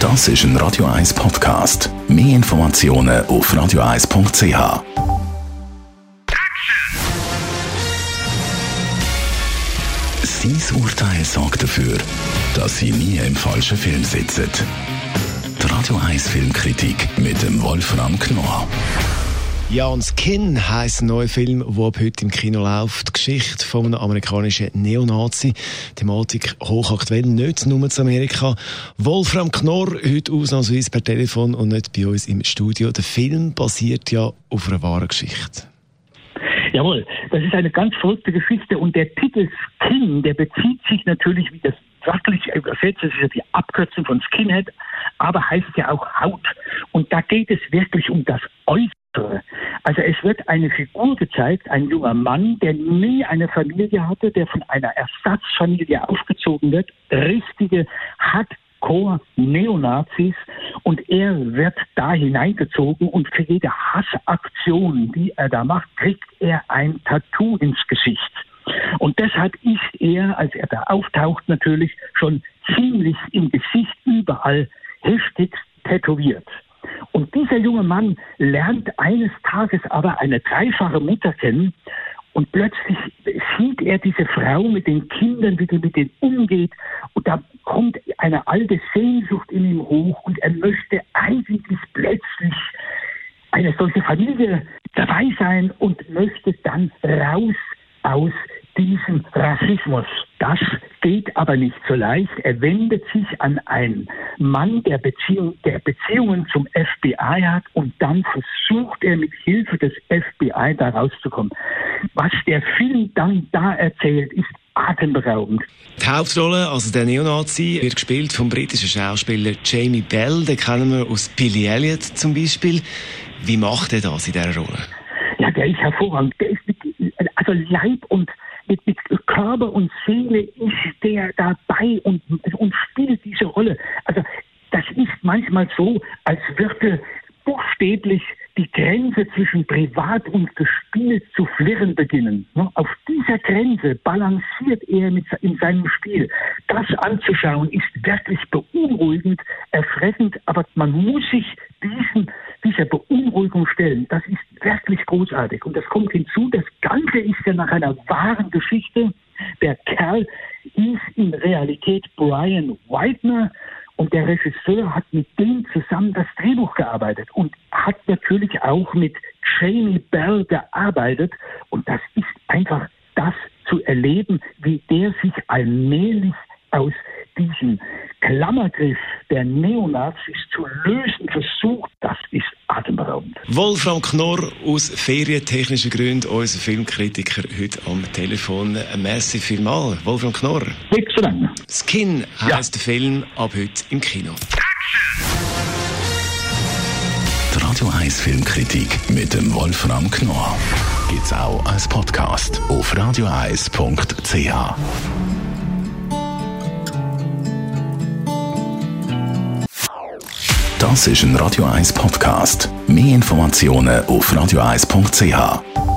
Das ist ein Radio 1 Podcast. Mehr Informationen auf radio1.ch. Sein Urteil sorgt dafür, dass Sie nie im falschen Film sitzen. Die Radio 1 Filmkritik mit dem Wolfram Knorr. Ja, und Skin heisst ein neuer Film, der ab heute im Kino läuft. Die Geschichte von einem amerikanischen Neonazi. Thematik hochaktuell, nicht nur zu Amerika. Wolfram Knorr, heute ausnahmsweise per Telefon und nicht bei uns im Studio. Der Film basiert ja auf einer wahren Geschichte. Jawohl, das ist eine ganz verrückte Geschichte und der Titel Skin, der bezieht sich natürlich, wie das wörtlich übersetzt, das ist ja die Abkürzung von Skinhead, aber heißt ja auch Haut. Und da geht es wirklich um das Äußere. Also es wird eine Figur gezeigt, ein junger Mann, der nie eine Familie hatte, der von einer Ersatzfamilie aufgezogen wird, richtige Hardcore-Neonazis, und er wird da hineingezogen und für jede Hassaktion, die er da macht, kriegt er ein Tattoo ins Gesicht. Und deshalb ist er, als er da auftaucht, natürlich schon ziemlich im Gesicht überall heftig tätowiert. Und dieser junge Mann lernt eines Tages aber eine dreifache Mutter kennen und plötzlich sieht er diese Frau mit den Kindern, wie die mit denen umgeht, und da kommt eine alte Sehnsucht in ihm hoch und er möchte eigentlich plötzlich eine solche Familie dabei sein und möchte dann raus aus diesem Rassismus. Das geht aber nicht so leicht. Er wendet sich an einen Mann, der Beziehungen zum FBI hat, und dann versucht er mit Hilfe des FBI da rauszukommen. Was der Film dann da erzählt, ist atemberaubend. Die Hauptrolle, also der Neonazi, wird gespielt vom britischen Schauspieler Jamie Bell. Den kennen wir aus Billy Elliot zum Beispiel. Wie macht er das in dieser Rolle? Ja, der ist hervorragend. Der ist also Leib und mit Körper und Seele ist der dabei und spielt diese Rolle. Also das ist manchmal so, als würde buchstäblich die Grenze zwischen privat und gespielt zu flirren beginnen. Auf dieser Grenze balanciert er in seinem Spiel. Das anzuschauen ist wirklich beunruhigend, erschreckend, aber man muss sich dieser Beunruhigung stellen. Das ist wirklich großartig. Und das kommt hinzu, das Ganze ist ja nach einer wahren Geschichte. Der Kerl hieß in Realität Brian Whitener, und der Regisseur hat mit dem zusammen das Drehbuch gearbeitet und hat natürlich auch mit Jamie Bell gearbeitet. Und das ist einfach das zu erleben, wie der sich allmählich aus diesem Klammergriff der Neonazis zu lösen versucht. Das ist atemberaubend. Wolfram Knorr, aus ferientechnischen Gründen unser Filmkritiker heute am Telefon. Merci vielmals, Wolfram Knorr. Nicht so lange. Skin heisst der Film, ab heute im Kino. Die Radio 1 Filmkritik mit dem Wolfram Knorr gibt's auch als Podcast auf radio1.ch. Das ist ein Radio 1 Podcast. Mehr Informationen auf radio1.ch.